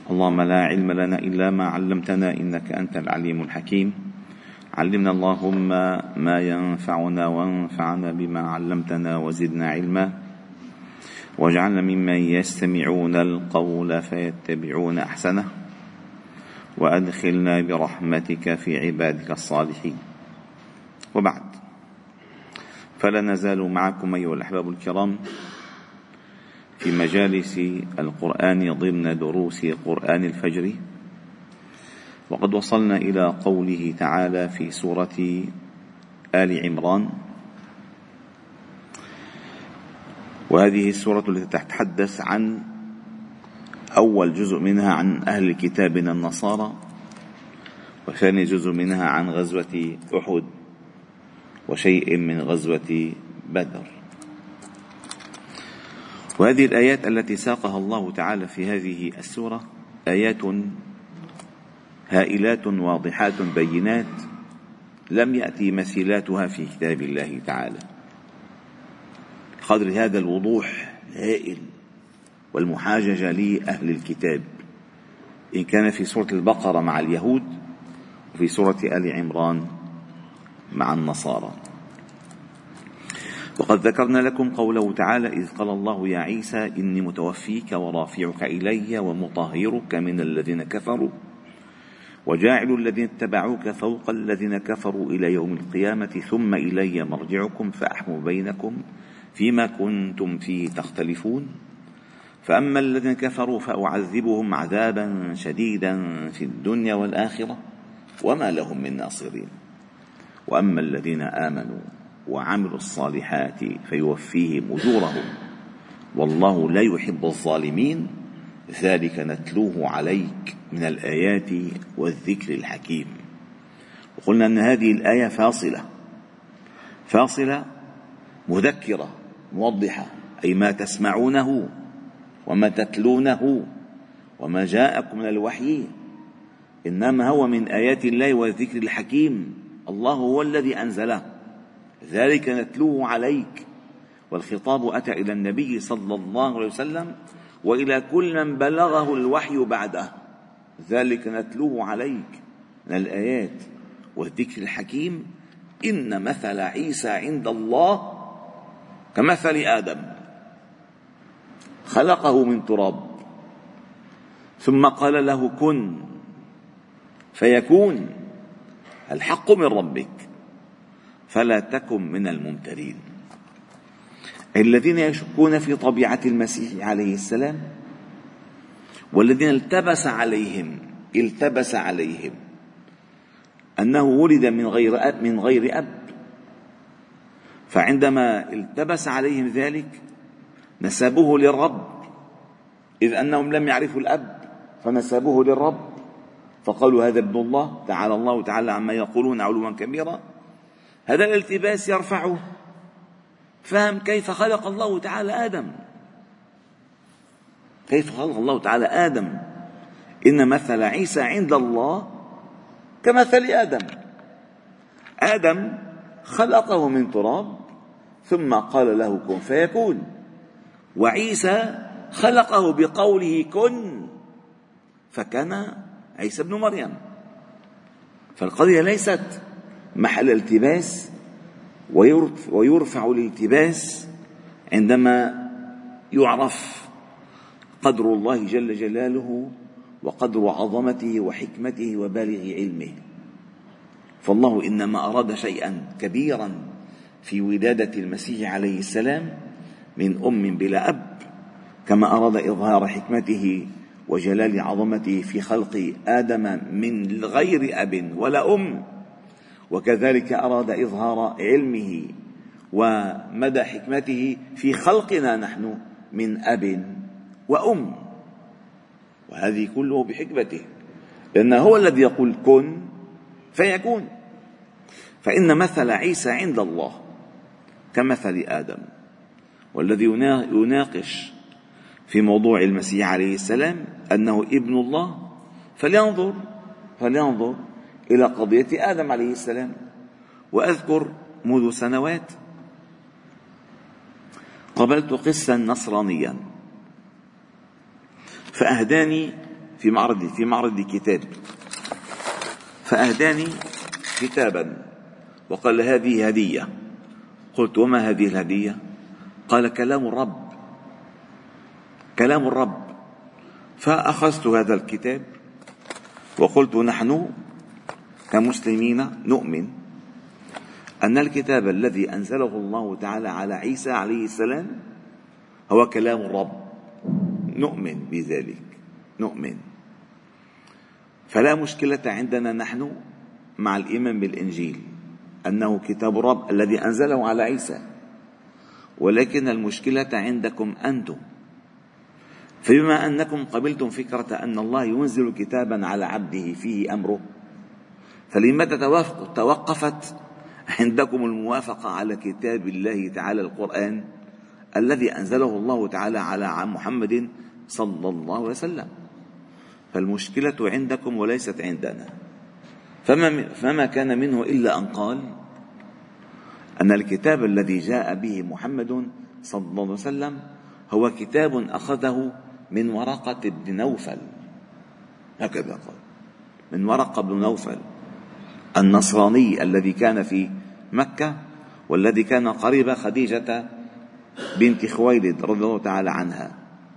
اللهم لا علم لنا إلا ما علمتنا إنك أنت العليم الحكيم. علمنا اللهم ما ينفعنا وانفعنا بما علمتنا وزدنا علما، واجعلنا ممن يستمعون القول فيتبعون أحسنه، وأدخلنا برحمتك في عبادك الصالحين. وبعد، فلا نزال معكم أيها الأحباب الكرام في مجالس القرآن ضمن دروس قرآن الفجر، وقد وصلنا إلى قوله تعالى في سورة آل عمران، وهذه السورة التي تتحدث عن أول جزء منها عن أهل الكتاب من النصارى، وثاني جزء منها عن غزوة أحد وشيء من غزوة بدر. وهذه الآيات التي ساقها الله تعالى في هذه السورة آيات هائلات واضحات بينات لم يأتي مثيلاتها في كتاب الله تعالى، قدر هذا الوضوح الهائل والمحاججة لأهل الكتاب، إن كان في سورة البقرة مع اليهود، وفي سورة آل عمران مع النصارى. وقد ذكرنا لكم قوله تعالى: إذ قال الله يا عيسى إني متوفيك ورافعك إلي ومطهرك من الذين كفروا وجاعل الذين اتبعوك فوق الذين كفروا إلى يوم القيامة ثم إلي مرجعكم فأحكم بينكم فيما كنتم فيه تختلفون، فأما الذين كفروا فأعذبهم عذابا شديدا في الدنيا والآخرة وما لهم من ناصرين، وأما الذين آمنوا وعملوا الصالحات فيوفيهم أجورهم والله لا يحب الظالمين، ذلك نتلوه عليك من الآيات والذكر الحكيم. وقلنا أن هذه الآية فاصلة مذكرة موضحة، أي ما تسمعونه وما تتلونه وما جاءكم من الوحي إنما هو من آيات الله والذكر الحكيم، الله هو الذي أنزله، ذلك نتلوه عليك. والخطاب أتى إلى النبي صلى الله عليه وسلم وإلى كل من بلغه الوحي بعده، ذلك نتلوه عليك من الآيات والذكر الحكيم. إن مثل عيسى عند الله كمثل آدم خلقه من تراب ثم قال له كن فيكون، الحق من ربك فلا تكن من الممترين. الذين يشكون في طبيعة المسيح عليه السلام، والذين التبس عليهم أنه ولد من غير أب، فعندما التبس عليهم ذلك نسبوه للرب، إذ أنهم لم يعرفوا الأب فنسبوه للرب، فقالوا هذا ابن الله، تعالى الله تعالى عما يقولون علوا كبيرا. هذا الالتباس يرفعه فهم كيف خلق الله تعالى آدم، كيف خلق الله تعالى آدم. إن مثل عيسى عند الله كمثل آدم خلقه من تراب ثم قال له كن فيكون، وعيسى خلقه بقوله كن فكان عيسى ابن مريم. فالقضية ليست محل التباس، ويرفع الالتباس عندما يعرف قدر الله جل جلاله وقدر عظمته وحكمته وبالغ علمه. فالله إنما أراد شيئا كبيرا في ولادة المسيح عليه السلام من أم بلا أب، كما أراد إظهار حكمته وجلال عظمته في خلق آدم من غير أب ولا أم، وكذلك أراد إظهار علمه ومدى حكمته في خلقنا نحن من أب وأم، وهذه كله بحكمته، لأنه هو الذي يقول كن فيكون. فإن مثل عيسى عند الله كمثل آدم. والذي يناقش في موضوع المسيح عليه السلام أنه ابن الله فلينظر إلى قضية آدم عليه السلام. وأذكر منذ سنوات قبلت قسا نصرانيا فأهداني في معرض كتاب، فأهداني كتابا وقال هذه هدية. قلت وما هذه الهدية؟ قال كلام الرب، كلام الرب. فأخذت هذا الكتاب وقلت نحن كمسلمين نؤمن أن الكتاب الذي أنزله الله تعالى على عيسى عليه السلام هو كلام الرب، نؤمن بذلك، نؤمن. فلا مشكلة عندنا نحن مع الإيمان بالإنجيل أنه كتاب الرب الذي أنزله على عيسى، ولكن المشكلة عندكم أنتم. فبما أنكم قبلتم فكرة أن الله ينزل كتابا على عبده فيه أمره، فلماذا توقفت عندكم الموافقة على كتاب الله تعالى القرآن الذي أنزله الله تعالى على محمد صلى الله عليه وسلم؟ فالمشكلة عندكم وليست عندنا. فما كان منه إلا أن قال أن الكتاب الذي جاء به محمد صلى الله عليه وسلم هو كتاب أخذه من ورقة بن نوفل، هكذا قال، من ورقة بن نوفل النصراني الذي كان في مكة والذي كان قريب خديجة بنت خويلد رضي الله تعالى عنها.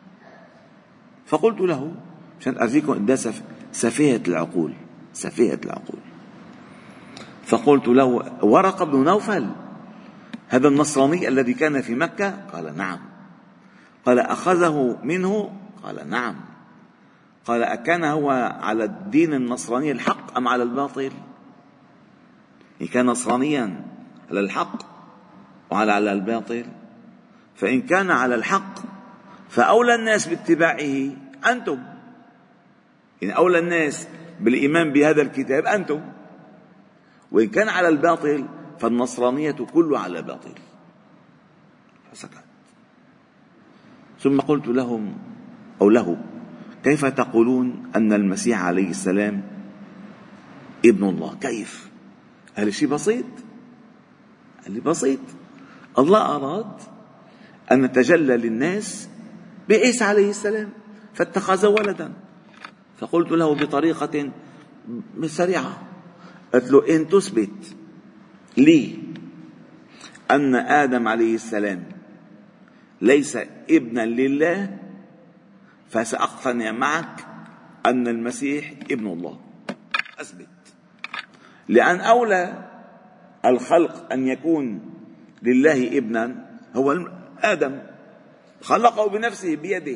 فقلت له عشان أريكم قد سفيهة العقول، سفيهة العقول. فقلت له ورقة بن نوفل هذا النصراني الذي كان في مكة؟ قال نعم. قال أخذه منه؟ قال نعم. قال أكان هو على الدين النصراني الحق أم على الباطل؟ إن كان نصرانيا على الحق وعلى الباطل، فإن كان على الحق فأولى الناس باتباعه أنتم، إن أولى الناس بالإيمان بهذا الكتاب أنتم، وإن كان على الباطل فالنصرانية كله على باطل. فسكت. ثم قلت لهم أو له كيف تقولون أن المسيح عليه السلام ابن الله؟ كيف؟ هذا شيء بسيط، اللي بسيط. الله أراد أن نتجلى للناس بعيسى عليه السلام فاتخذ ولدا. فقلت له بطريقة سريعة، قلت له إن تثبت لي أن آدم عليه السلام ليس ابنا لله فسأقتنع معك أن المسيح ابن الله. أثبت، لأن أولى الخلق أن يكون لله ابنا هو آدم، خلقه بنفسه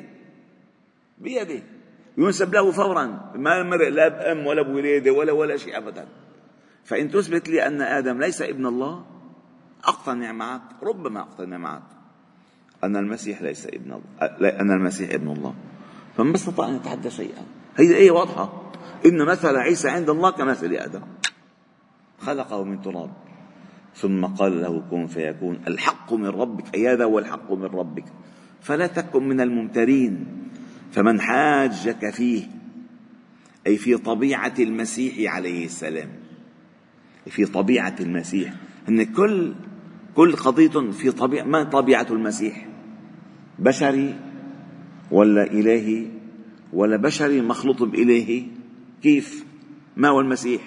بيده ينسب له فورا، ما مرق لا بأم ولا بولادة ولا شيء أبدا. فإن تثبت لي أن آدم ليس ابن الله أقتنع معك، ربما أقتنع معك أن المسيح ليس ابن الله، أن المسيح ابن الله. فما استطاع أن يتحدى شيئا. هي الآية واضحة، إن مثل عيسى عند الله كمثل آدم، خلقه من تراب ثم قال له كن فيكون. الحق من ربك، أي هذا هو الحق من ربك، فلا تكن من الممترين. فمن حاجك فيه، أي في طبيعة المسيح عليه السلام، في طبيعة المسيح، أن كل قضية في طبيعة. ما طبيعة المسيح؟ بشري ولا إلهي ولا بشري مخلوط بإلهي؟ كيف؟ ما هو المسيح؟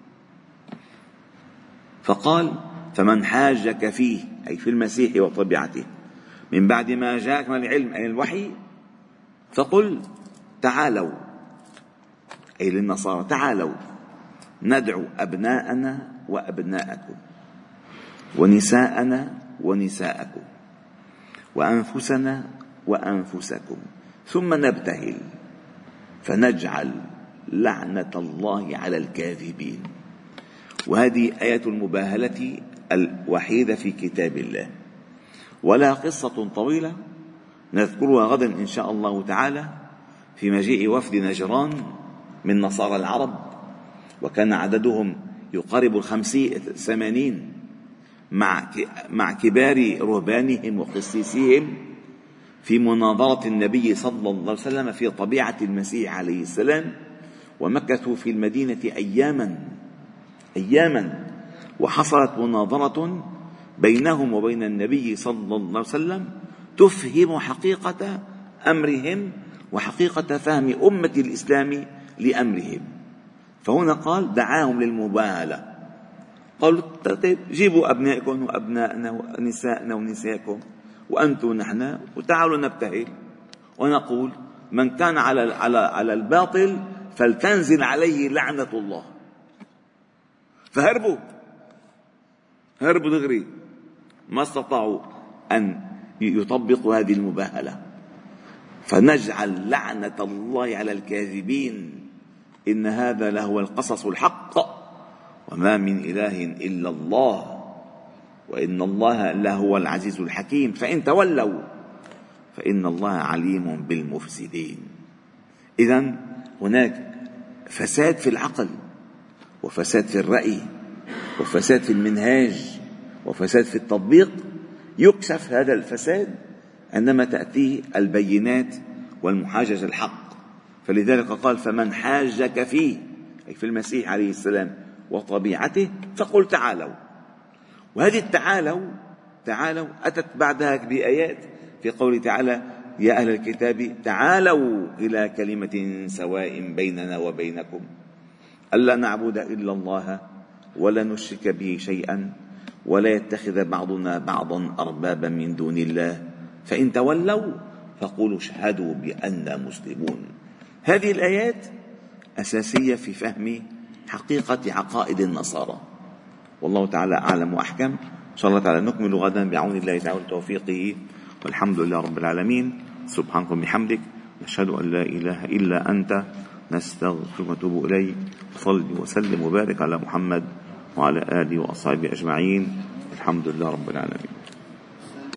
فقال فمن حاجك فيه، أي في المسيح وطبيعته، من بعد ما جاءك من العلم أي الوحي، فقل تعالوا، أي للنصارى تعالوا ندعو أبناءنا وأبناءكم ونساءنا ونساءكم وأنفسنا وأنفسكم ثم نبتهل فنجعل لعنة الله على الكاذبين. وهذه آية المباهلة الوحيدة في كتاب الله، ولا قصة طويلة نذكرها غدا إن شاء الله تعالى في مجيء وفد نجران من نصارى العرب، وكان عددهم يقارب 80 مع كبار رهبانهم وقسيسهم في مناظرة النبي صلى الله عليه وسلم في طبيعة المسيح عليه السلام. ومكثوا في المدينة أياما، وحصلت مناظرة بينهم وبين النبي صلى الله عليه وسلم تفهم حقيقة أمرهم وحقيقة فهم أمة الإسلام لأمرهم. فهنا قال دعاهم للمباهلة، قالوا طيب جيبوا أبنائكم وأبنائنا ونسائنا ونسائكم وأنتم نحن وتعالوا نبتهل ونقول من كان على الباطل فلتنزل عليه لعنة الله. فهربوا دغري، ما استطاعوا أن يطبقوا هذه المباهلة. فنجعل لعنة الله على الكاذبين، إن هذا لهو القصص الحق وما من إله إلا الله وإن الله لهو العزيز الحكيم فإن تولوا فإن الله عليم بالمفسدين. إذن هناك فساد في العقل وفساد في الرأي وفساد في المنهاج وفساد في التطبيق. يكشف هذا الفساد عندما تأتيه البينات والمحاججة الحق. فلذلك قال فمن حاجك فيه، أي في المسيح عليه السلام وطبيعته، فقل تعالوا. وهذه تعالوا أتت بعدها بآيات في قوله تعالى يا أهل الكتاب تعالوا إلى كلمة سواء بيننا وبينكم ألا نعبد إلا الله ولا نشرك به شيئا ولا يتخذ بعضنا بعضا أربابا من دون الله فإن تولوا فقولوا اشهدوا بأننا مسلمون. هذه الآيات أساسية في فهم حقيقة عقائد النصارى، والله تعالى أعلم وأحكم. إن شاء الله تعالى نكمل غدا بعون الله تعالى وتوفيقه، والحمد لله رب العالمين. سبحانك وبحمدك، نشهد أن لا إله إلا أنت، نستغفرك ونتوب إليك. صل وسلم وبارك على محمد وعلى آله وأصحابه أجمعين. الحمد لله رب العالمين.